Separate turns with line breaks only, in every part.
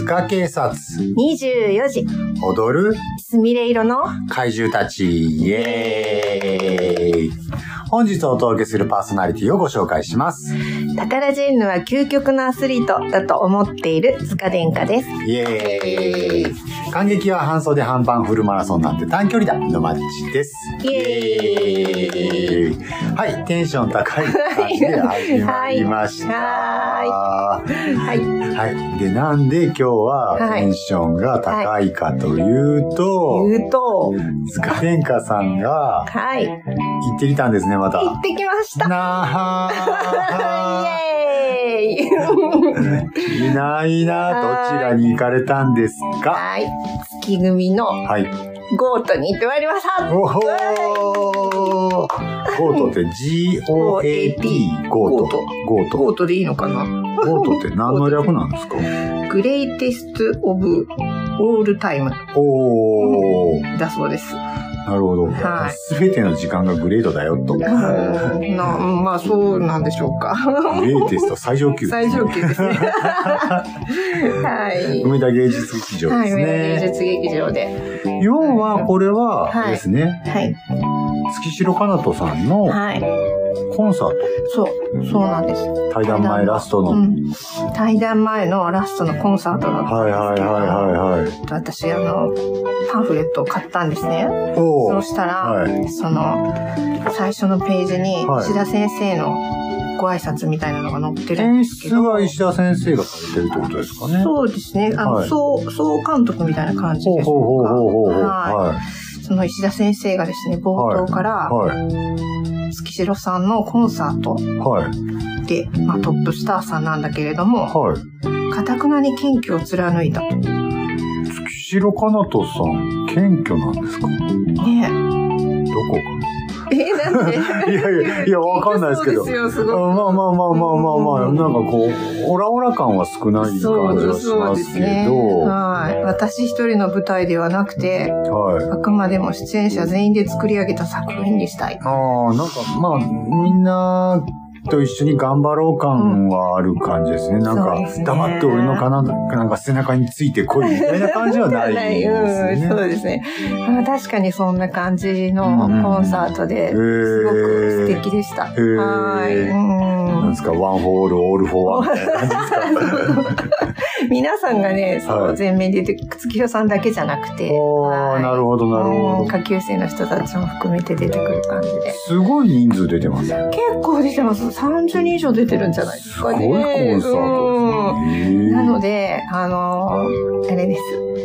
塚警察
24時
踊る
すみれ色の
怪獣たちイエーイ。本日お届けするパーソナリティをご紹介します。
タカラジェンヌは究極のアスリートだと思っている塚殿下です。
イエーイ。感激は半袖半パンフルマラソンなんて短距離だのマッチです。
イエーイ。
はい、テンション高い感じで始まりました。
はい。
はい。で、なんで今日はテンションが高いかというと、塚殿下さんが行ってきたんですね、また。
行ってきました。
なー
イエーイ。
いないな。どちらに行かれたんですか？
はい。月組のゴートに行ってまいりました。
おほー。ゴートって G-O-A-T ゴート。
ゴートでいいのかな？
ゴートって何の略なんですか？
グレイテストオブオールタイム。
おー。
だそうです。
なるほど。すべての時間がグレードだよと。
まあそうなんでしょうか。
グレーテスト最上級ですね。
最上級ですね。はい。
梅田芸術劇場ですね。はい、
梅田芸術劇場で。
要はこれはですね。
はい。
月城かなとさんのコンサー
ト。そうなんです。
対談前ラストの。
対談前のラストのコンサートだったんですけど。私パンフレットを買ったんですね。そうしたら、その最初のページに石田先生のご挨拶みたいなのが載ってるんですけど。
演出は石田先生がされてるってことですかね。
そうですね。総監督みたいな感じでしょうか。その石田先生がですね、冒頭から、月城さんのコンサートで、トップスターさんなんだけれども、堅くなに謙虚を貫いたと。
月城かなとさん、謙虚なんですか？
ねえ。
どこか
なんで？
いや、わかんないですけど。
そうですよ、すごい。
まあ、なんかこう、オラオラ感は少ない感じはしますけど。
私一人の舞台ではなくて、あくまでも出演者全員で作り上げた作品にしたい。
なんか、みんなと一緒に頑張ろう感はある感じですね。なんか、黙って俺のなんか背中についてこいみたいな感じはないですね。
そうですね。確かにそんな感じのコンサートで、すごく素敵でした。
なんですか、ワンフォーオール、オールフォーワンみたいな感じですか？
皆さんがね、前面で月城さんだけじゃなくて、
なるほど。
下級生の人たちも含めて出てくる感じで。
すごい人数出てます。
結構出てます。30人以上出てるんじゃないですかね。
すごいコンサートですね。
なので、あれです。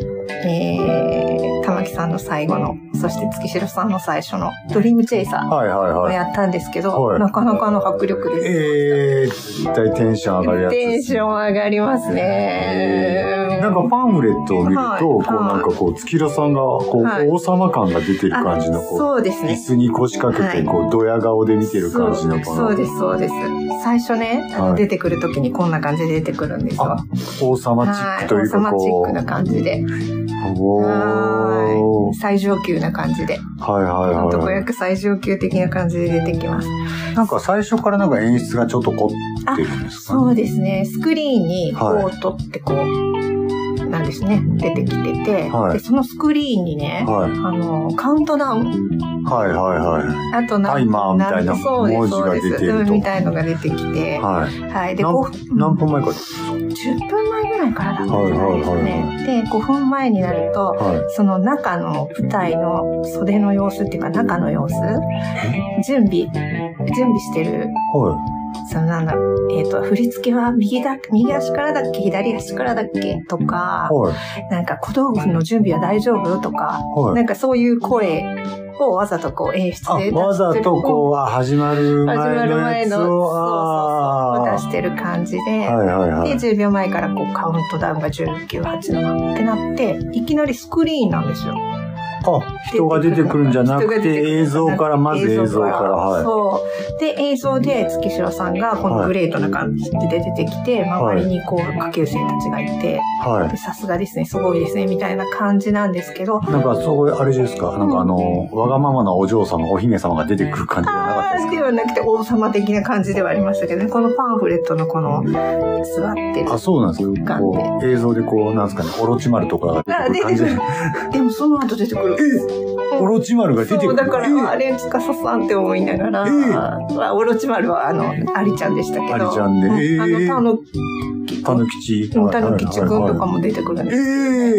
玉木さんの最後の、そして月城さんの最初のドリームチェイサーをやったんですけど、なかなかの迫力です。
絶対テンション上がるやつ。
テンション上がりますね。
なんかパンフレットを見ると、月城さんが王様感が出てる感じの
そうですね。
椅子に腰掛けてドヤ顔で見てる感じの
そうです。最初ね、出てくるときにこんな感じで出てくるんですよ。
王様チックというか
王様チックな感じで。最上級な感じで。男役最上級的な感じで出てきます。
なんか最初からなんか演出がちょっと凝ってるんですかね？
そうですね。スクリーンにコートってなんですね、出てきてて、でそのスクリーンにね、カウントダウン。あと
タイマーみたいな文字が出てると。
みたいのが出てきて、で
何分前から
？10分前ぐらいからだったんじゃないですね。で、5分前になると、その中の舞台の袖の様子っていうか中の様子、準備してる。振り付けは右足からだっけ左足からだっけとか、なんか小道具の準備は大丈夫とか、なんかそういう声をわざと演出で
わざと始まる前の
出してる感じで、で、10秒前からカウントダウンが19、8、7ってなって、いきなりスクリーンなんですよ。
人が出てくるんじゃなくて、映像からまず映像から。はい。
そう。で、映像で月城さんがこのグレートな感じで出てきて、周りにこう、下級生たちがいて、はい。さすがですね、すごいですね、みたいな感じなんですけど。
なんか、そういう、あれですか、なんかわがままなお嬢様、お姫様が出てくる感じじゃなかったですか？
ではなくて、王様的な感じではありましたけどね、このパンフレットのこの、座ってる。
そうなんですか。こう、映像でこう、なんですかね、オロチマルとかが出てくる感じで。
でもその後出てくる。
オロチマルが出てくる。
そう、だから、あれ、司さんって思いながら、オロチマルは、アリちゃんでしたけど。
アリちゃんで。
たぬきちくんとかも出てくるんです。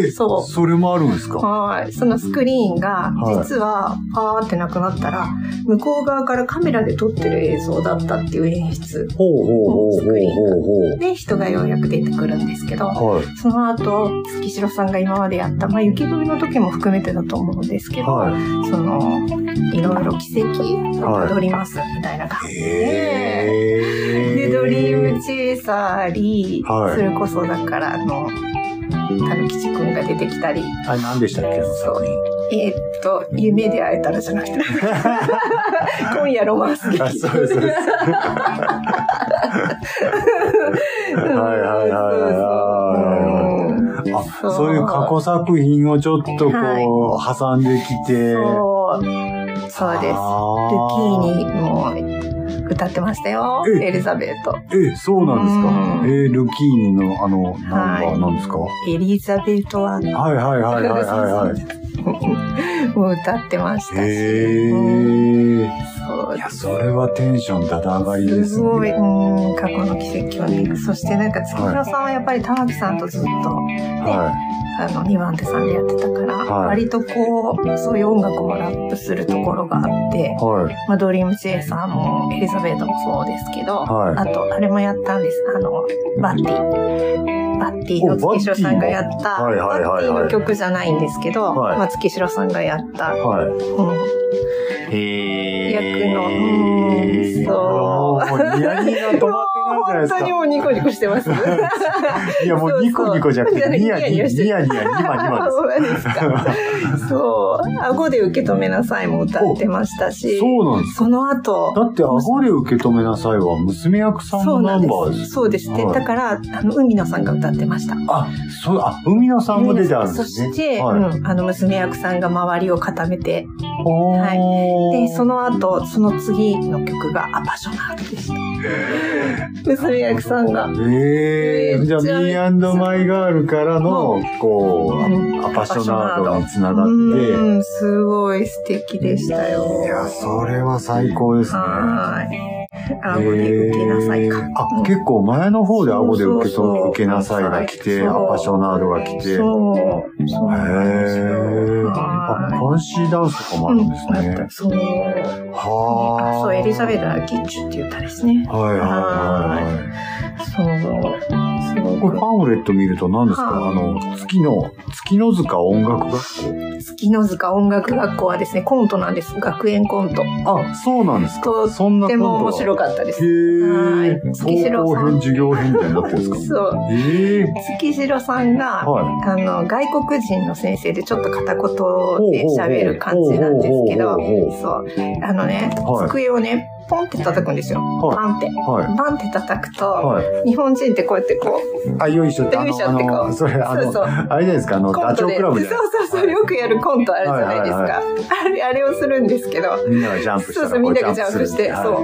そう。
それもあるんですか？
はい。そのスクリーンが、実は、パーってなくなったら、向こう側からカメラで撮ってる映像だったっていう演出。スクリーンで、人がようやく出てくるんですけど、その後、月城さんが今までやった、まあ、雪組の時も含めてだと思うんですけど、その、いろいろ奇跡をたどりますみたいな感じで、で、ドリームチェイサーあり、それこそだからたぬきちくんが出てきたり。
あれ何でしたっけ？
そう。夢で会えたらじゃなくて、今夜ロマンス劇。
そうです。そういう過去作品をちょっとこう、挟んできて。
そうです。ルキーニも歌ってましたよ。エリザベート。
そうなんですか。ルキーニのナンバーなんですか？
エリザベートは。もう歌ってましたし。
いや、それはテンションだだ上がりですね。
すごい、過去の奇跡をね。そしてなんか月城さんはやっぱり玉木さんとずっと、2番手さんでやってたから、割とこう、そういう音楽もラップするところがあって、まあ、ドリームチェイサーもエリザベートもそうですけど、あと、あれもやったんです。バッティの月城さんがやった、バッティの曲じゃないんですけど、まあ、月城さんがやった、役の、そう。
ニヤニヤ止まってないじゃないですか。
本当にもうニコニコしてます。
いや、もうニコニコじゃなくて、ニヤニヤ、ニマニマです。
そう。顎で受け止めなさいも歌ってましたし。
そうなんですか。
その後。
だって顎で受け止めなさいは娘役さんのナンバーです。
そうです。だから、海野さんが歌ってました。
海野さんも出てあるんですね。
そして、娘役さんが周りを固めて。で、その後、その次の曲がアパショナートでした。娘役さんが。
じゃあ、Me and My Girl からの、こう、アパショナートにつながって。
すごい素敵でしたよ。
いや、それは最高ですね。
顎で受けなさいか。
結構前の方で顎で受けなさいが来て、アパショナードが来て。ファンシーダンスとかもあるんですね。
そう、エリザベートはギッチュっていう歌ですね。そう。
これパンフレット見ると何ですか？月の塚音楽学校？
月の塚音楽学校はですね、コントなんです。学園コント。
そうなんですか。
とっても面白かったです。
月城さん。授業編みたいになってるんですか？
そう。月城さんが、外国人の先生でちょっと片言で喋る感じなんですけど、そう。机をね、ポンって叩くんですよ。パンって。パンって叩くと、日本人ってこうやってこう。
よいしょって。それ、あれじゃないですか、ダチョウ倶楽部で。
そう、よくやるコントあるじゃないですか。あれをするんですけど。
みんながジャンプして。
そう、みんながジャンプして、そう。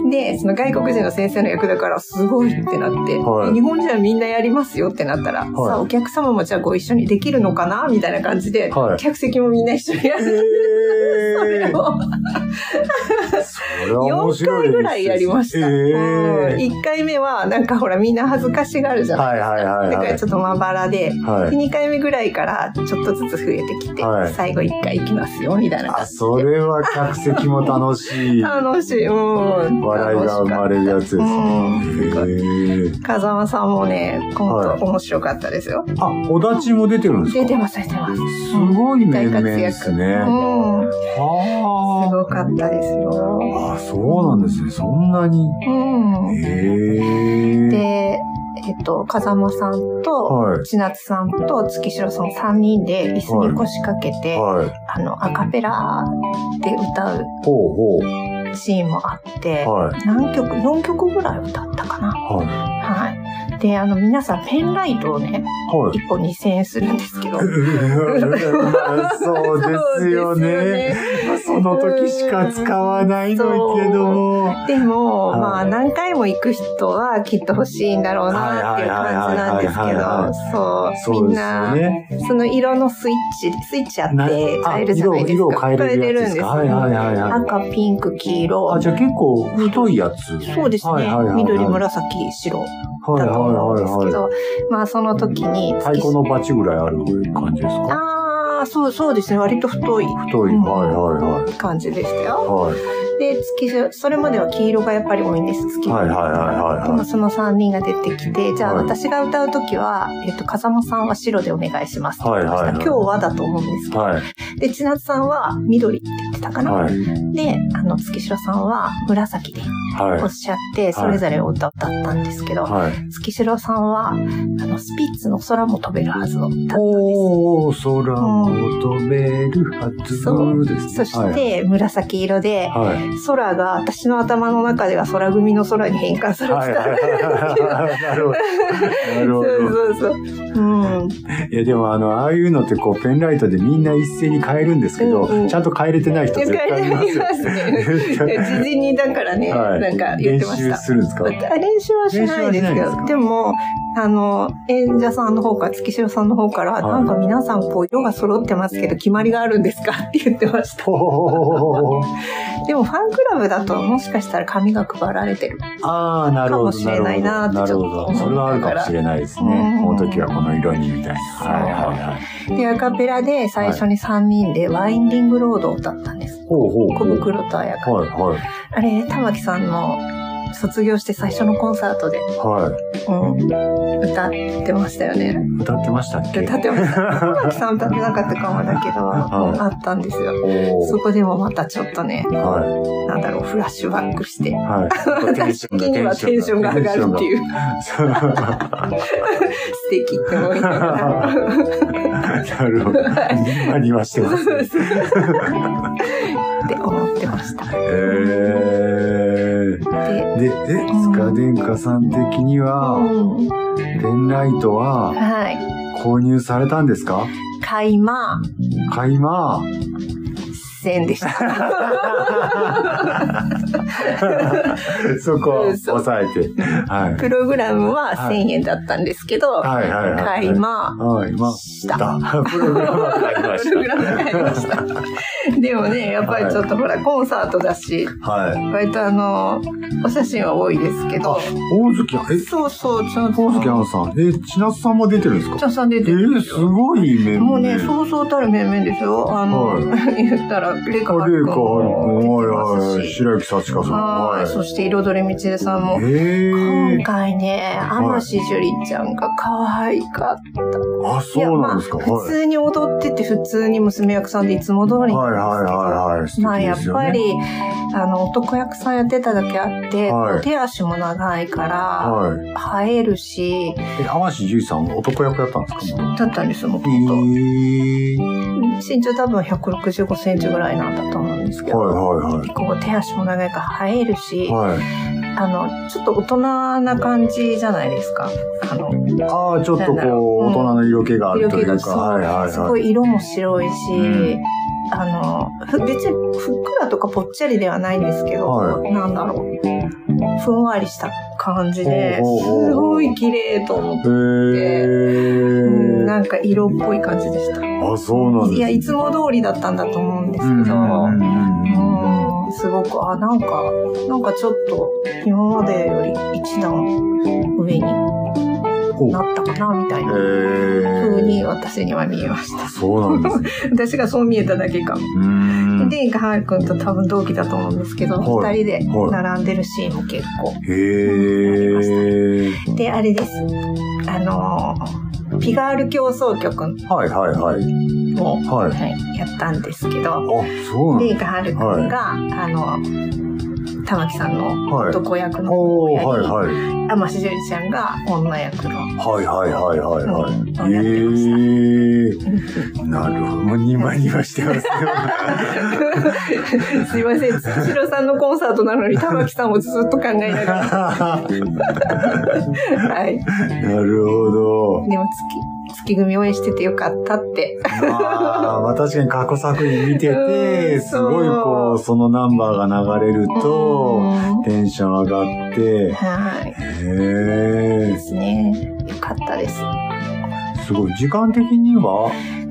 で、その外国人の先生の役だから、すごいってなって、日本人はみんなやりますよってなったら、さあ、お客様もじゃあご一緒にできるのかなみたいな感じで、客席もみんな一緒にやる。それを。4回ぐらいやりました。1回目は、なんかほらみんな恥ずかしがるじゃないですか。だからちょっとまばらで、2回目ぐらいからちょっとずつ増えてきて、最後1回行きますよ、みたいな感じで。
それは客席も楽しい。
楽しい。
笑いが生まれるやつですね。
風間さんもね、コント面白かったですよ。
おだちも出てるんですか？
出てます。す
ごい面々ですね。
すごかったですよ。
そうなんですね。そんなに。
で、 風間さんと、千夏さんと月城さん3人で椅子に腰掛けて、アカペラで歌うシーンもあって、何曲 ?4 曲ぐらい歌ったかな。はい。で、皆さんペンライトをね、1本2000円するんですけど。
そうですよね。その時しか使わないのけども。
でも、まあ何回も行く人はきっと欲しいんだろうなっていう感じなんですけど、そう、みんな、その色のスイッチあって変えるじゃないですか。
色を変えれるんですか。
赤、ピンク、黄色。
あ、じゃあ結構太いやつ。
そうですね。緑、紫、白。だと思うんですけど、まあその時に
太鼓のバチぐらいある感じですか？
ああ、そうですね。割と太い感じでしたよ。で、それまでは黄色がやっぱり多いんです、月。でもその3人が出てきて、じゃあ私が歌うときは、風間さんは白でお願いしますって言ってました。今日はだと思うんですけど。で、千夏さんは緑って言ってたかな。で、月城さんは紫でおっしゃって、それぞれお歌を歌ったんですけど、月城さんは、スピッツの空も飛べるはずを歌ったんです。
おー、空も飛べるはずですね。
そして、紫色で、空が私の頭の中では空組の空に変換されてた。
なるほど。
そう。
いやでもああいうのってこうペンライトでみんな一斉に変えるんですけど、ちゃんと変えれてない人絶対いますよね。
事前にだからね、なんか言ってました。
練習するんですか？
練習はしないですけど、でも演者さんの方から月城さんの方から、なんか皆さんこう色が揃ってますけど決まりがあるんですかって言ってました。でもファンクラブだともしかしたら紙が配られてるかもしれないなってちょっと思ったから。
それはあるかもしれないですね。この時はこの色にみたいな。
で、アカペラで最初に3人でワインディングロードを歌ったんです。小袋と彩香。あれ、玉木さんの卒業して最初のコンサートで、歌ってましたよね。
歌ってましたっけ？
歌ってました。玉木さん歌ってなかったかもだけど、あったんですよ。そこでもまたちょっとね、なんだろう、フラッシュバックして、私的にはテンションが上がるっていう。素敵って思いながら。
なるほど。何はしてます。
って思ってました。
で、塚殿下さん的には、ペンライトは、購入されたんですか？
買いませんでした。
そこを抑えて。
プログラムは1000円だったんですけど、買いました。
プログラムは買いま
した。でもね、やっぱりちょっとほら、コンサートだし、割とお写真は多いですけど。
大月
そう、
大月杏さん。千夏さんも出てるんですか？
千夏さん出てるんですよ。
すごい面々。
もうね、そうそうたる面々ですよ。言ったら、レイカハル君も出てますし。
白雪幸香さん。
そして彩りみちるさんも。今回ね、天志樹里ちゃんが可愛かった。
あ、そうなんですか。
普通に踊ってて、普通に娘役さんでいつも通りなんですけど。まあ、やっぱり、男役さんやってただけあって、手足も長いから、映えるし。
天志樹里さん、男役やったんですか？
だったんですよ、もともと。身長多分165センチぐらいなんだと思うんですけど、こう手足も長いから映えるし、ちょっと大人な感じじゃないですか。
ちょっとこう、大人の色気があるというか、
すごい色も白いし、別にふっくらとかぽっちゃりではないんですけど、なんだろう。ふんわりした感じで、すごい綺麗と思って、なんか色っぽい感じでした。
あ、そうなんです。
いや、いつも通りだったんだと思うんですけど、すごく、なんかちょっと今までより一段上になったかな、みたいな風に私には見えました。
そうなんですね。
私がそう見えただけかも。で、ガハル君と多分同期だと思うんですけど、二人で並んでるシーンも結構見ました。で、あれです。ピガール競争曲を、やったんですけど、で、ガハル君が、 玉木さんの男役の方やり、天志樹里ちゃんが女役の。
はいはいはいはいはい。なるほど。もうニマニマしてますね。
すいません。月城さんのコンサートなのに玉木さんをずっと考えながら。はい。
なるほど。
でも月組応援しててよかったって。
まあ確かに過去作品見てて、すごいこう、そのナンバーが流れると、テンション上がって。
はい。ですね。よかったです。
すごい。時間的には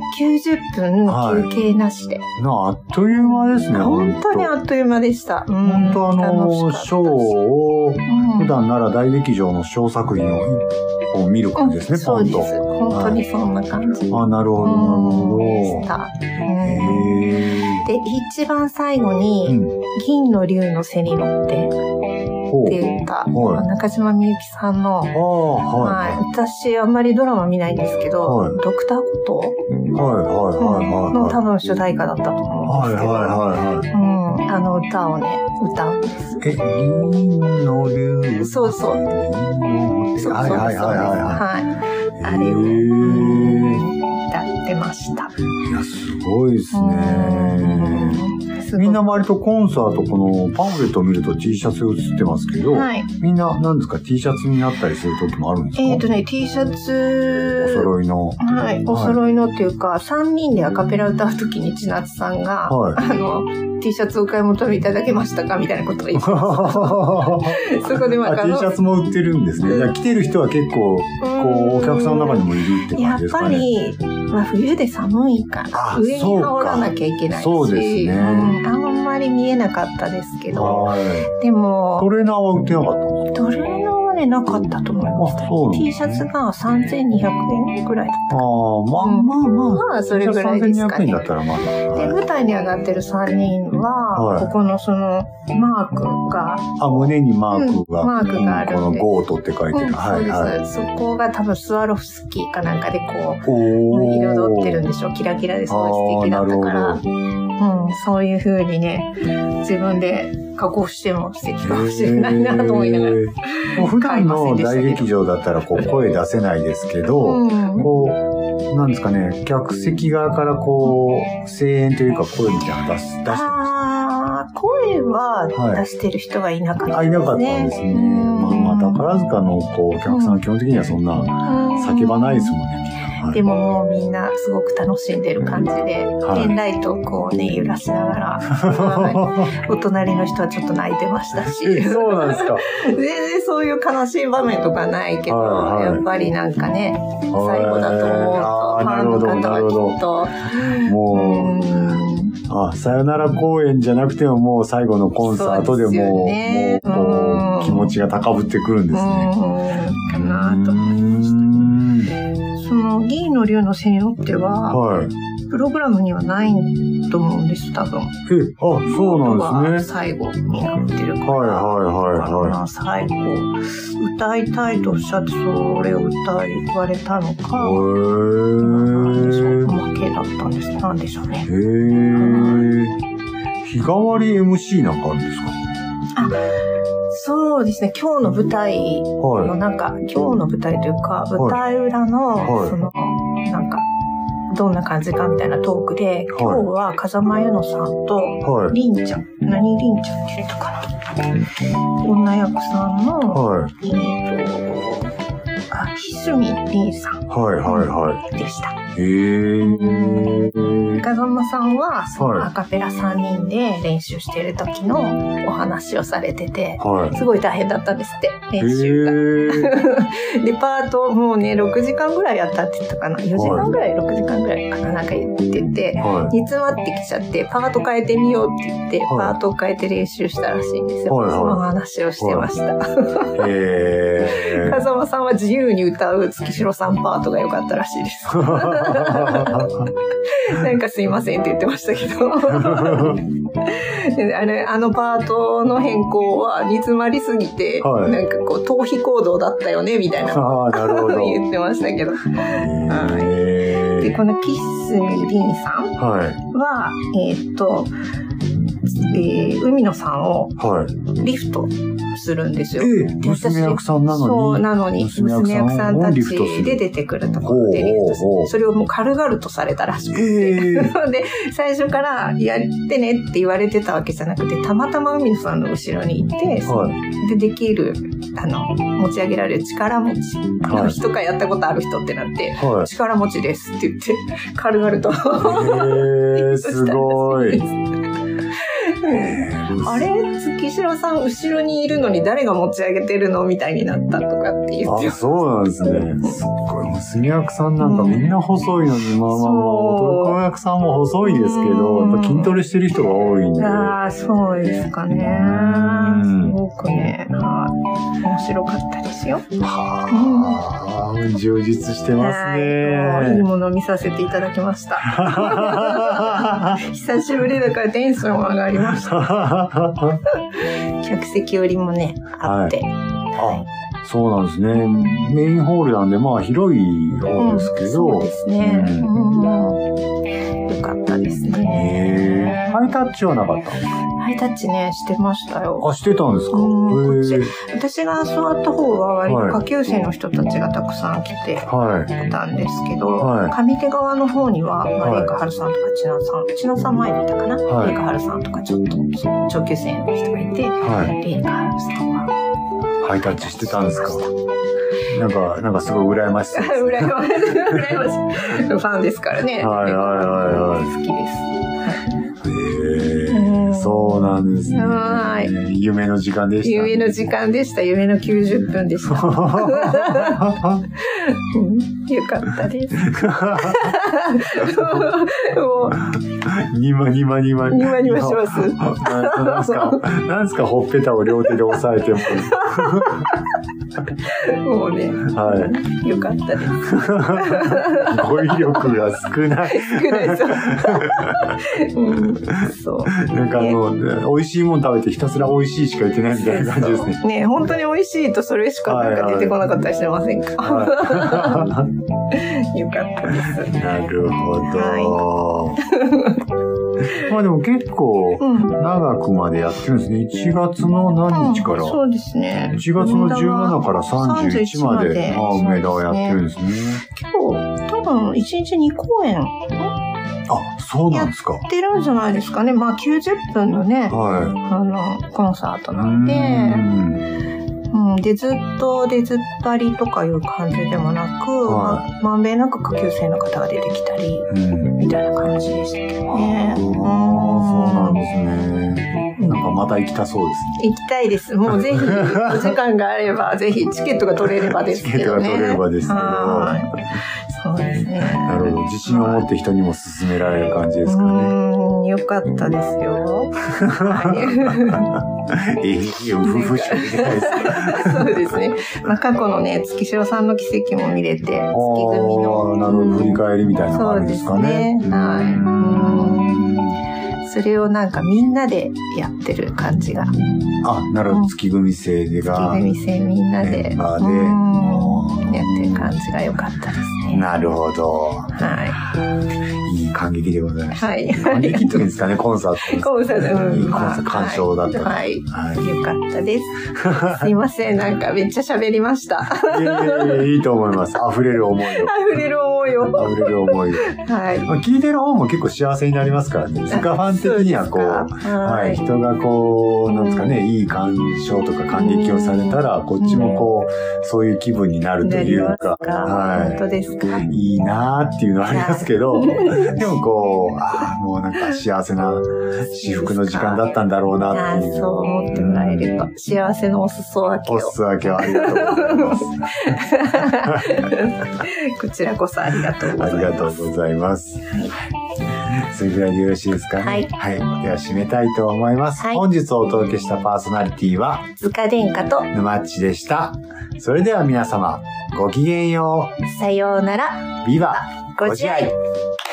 90分休憩なしで。
あっという間ですね。
本当にあっという間でした。
本当ショーを、普段なら大劇場のショー作品を見る感じですね、
そうです。本当にそんな感じ。
なるほど、なるほど。
でした。で、一番最後に、銀の竜の背に乗って、って言った、中島みゆきさんの、私あんまりドラマ見ないんですけど、ドクターコトーの多分主題歌だったと思うんですけど、あの歌をね、歌うんです。
銀の竜。
そうそう。はい。あれを歌ってました。
いや、すごいですね。みんな割とコンサート、このパンフレットを見ると T シャツが写ってますけど、みんな何ですか T シャツになったりする時もあるんですか
？T シャツ。
お揃いの。
はい。お揃いのっていうか、3人でアカペラ歌う時に千夏さんが、T シャツお買い求めいただけましたかみたいなことを言ってました。そこでまた。
T シャツも売ってるんですね。来てる人は結構、こう、お客さんの中にもいるって感じですかね。
やっぱり、冬で寒いから、上に羽織らなきゃいけないし。
そうですね。
あんまり見えなかったですけど、でも、
トレーナーは売ってなかったんですか？
トレーナーはね、なかったと思います。T シャツが3200円ぐらいだった。まあ、それぐらいですかね。
3200円だったらまだ。
で、舞台に上がってる3人は、ここのその、マークが。
胸にマークが。
マークがあるんで。
このゴートって書いてる。
そうです。そこが多分スワロフスキーかなんかでこう、彩ってるんでしょう。キラキラですごい素敵だったから。そういう風にね、自分で加工しても素敵かもしれないなと思いながら。
普段の大劇場だったらこう声出せないですけど、こう、なんですかね、客席側からこう、声援というか声みたいなの出してました。
声は出してる人はいなかったですね。
いなかったんですね。まあ、宝塚のこうお客さんは基本的にはそんな叫ばないですもんね。
でももうみんなすごく楽しんでる感じで、ペンライトをこうね、揺らしながら、お隣の人はちょっと泣いてましたし。
そうなんですか。
全然そういう悲しい場面とかないけど、やっぱりなんかね、最後だと思うと、ファンの方はきっと、
もう、さよなら公演じゃなくてももう最後のコンサートでもう気持ちが高ぶってくるんですね。
かなと思いました。その銀の竜の背に乗っては、プログラムにはないと思うんです、多分。
そうなんですね。
最後になってるから。最後、歌いたいとおっしゃって、それを言われたのか、なんでしょう、おまけだったんです。なんでしょうね。
日替わり MC なんかあるんですか？
そうですね、今日の舞台のなんか、今日の舞台というか、舞台裏の、その、なんか、どんな感じかみたいなトークで、今日は風間由乃さんと、りんちゃん、何りんちゃんって言ったかな。女役さんの、ひすみりんさんでした。風間さんはそのアカペラ3人で練習している時のお話をされてて、すごい大変だったんですって、練習が。で、パートもうね、6時間ぐらいやったって言ったかな。4時間ぐらい、6時間ぐらいかな、なんか言ってて、煮詰まってきちゃって、パート変えてみようって言って、パートを変えて練習したらしいんですよ。その話をしてました。風間さんは自由に歌う月城さんパートが良かったらしいです。なんかすいませんって言ってましたけどあのパートの変更は煮詰まりすぎて、なんかこう逃避行動だったよねみたいな言ってましたけど、でこのキスミリンさんは、 海野さんをリフトするんですよ。
娘役さんなのに。
そうなのに、娘役さんたちで出てくるところでリフトする。それをもう軽々とされたらしくて。で、最初からやってねって言われてたわけじゃなくて、たまたま海野さんの後ろにいて、で、できる、持ち上げられる力持ちの人がやったことある人ってなって、力持ちですって言って、軽々と。
すごい。
あれ月城さん後ろにいるのに誰が持ち上げてるのみたいになったとかって言って。
そうなんですね。すっごい。娘役さんなんかみんな細いのに、男役さんも細いですけど、やっぱ筋トレしてる人が多いんで。
そうですかね。すごくね、面白かったですよ。
充実してますね。
いいものを見させていただきました。久しぶりだからテンション上がりました。客席よりもね、あって。
そうなんですね。メインホールなんで、広い方ですけど。
そうですね。よかったですね。
ハイタッチはなかったんですか？
ハイタッチね、してましたよ。
してたんですか？
私が座った方は割と下級生の人たちがたくさん来てたんですけど、上手側の方には、麗華春さんとか千奈さん前にいたかな？麗華春さんとかちょっと上級生の人がいて、麗華春さんは
ハイタッチしてたんですか？なんかすごい羨ましい。
羨ましい。ファンですからね。好きです。
そうなんですね。夢の時間でした。
夢の時間でした。夢の90分でした。よかったです。
ニマします。なんすか、ほっぺたを両手で押さえても。
もうね。よかったです。
語彙力が少ない。
そう。
美味しいもん食べてひたすら美味しいしか言ってないみたいな感じですね。
ね、本当に美味しいとそれしか出てこなかったりしてませんか？よかったです。
なるほど。でも結構長くまでやってるんですね。1月の何日から？
そうですね。
1月の17から31まで梅田をやってるんですね。
今日多分1日2公演。
そうなんですか。
やってるんじゃないですかね。90分のね、コンサートなんで、で、ずっと出ずっぱりとかいう感じでもなく、まんべんなく下級生の方が出てきたり、みたいな感じでしたけどね。
そうなんですね。また行きたそうですね。
行きたいです。もうぜひ、お時間があれば、ぜひチケットが取れればですけどね。
チケットが取れればですけど。
そうですね。
なるほど。自信を持って人にも勧められる感じですかね。
よかったですよ。そうですね。過去のね、月城さんの奇跡も見れて、月組の。
なるほど。振り返りみたいなのがあるんですかね。
そうですね。それをみんなでやってる感じが。
なるほど。月組生が。
月組生みんなで。やってる感じが良かったですね。
なるほど。いい感激でございました。感激って言うんですかね、コンサート。
コンサート。
いいコンサート、鑑賞だった。
よかったです。すいません、めっちゃ喋りました。
いいと思います。溢れる思いを。
溢れる思いを。
聞いてる方も結構幸せになりますからね。スカファン的には人がなんですかね、いい鑑賞とか感激をされたら、こっちもそういう気分になるというか。
本当ですか。
いいなーっていうのはありますけど、でももう幸せな至福の時間だったんだろうなっていう。
そう思ってもらえれば。幸せのお裾分けを。
お裾分けをありがとうございます。
こちらこそありがとうございます。
ありがとうございます。それぐらいでよろしいですかね。では締めたいと思います。本日お届けしたパーソナリティは、
塚殿下と
沼っちでした。それでは皆様、ごきげんよう。
さようなら。
ビバ、ご自愛。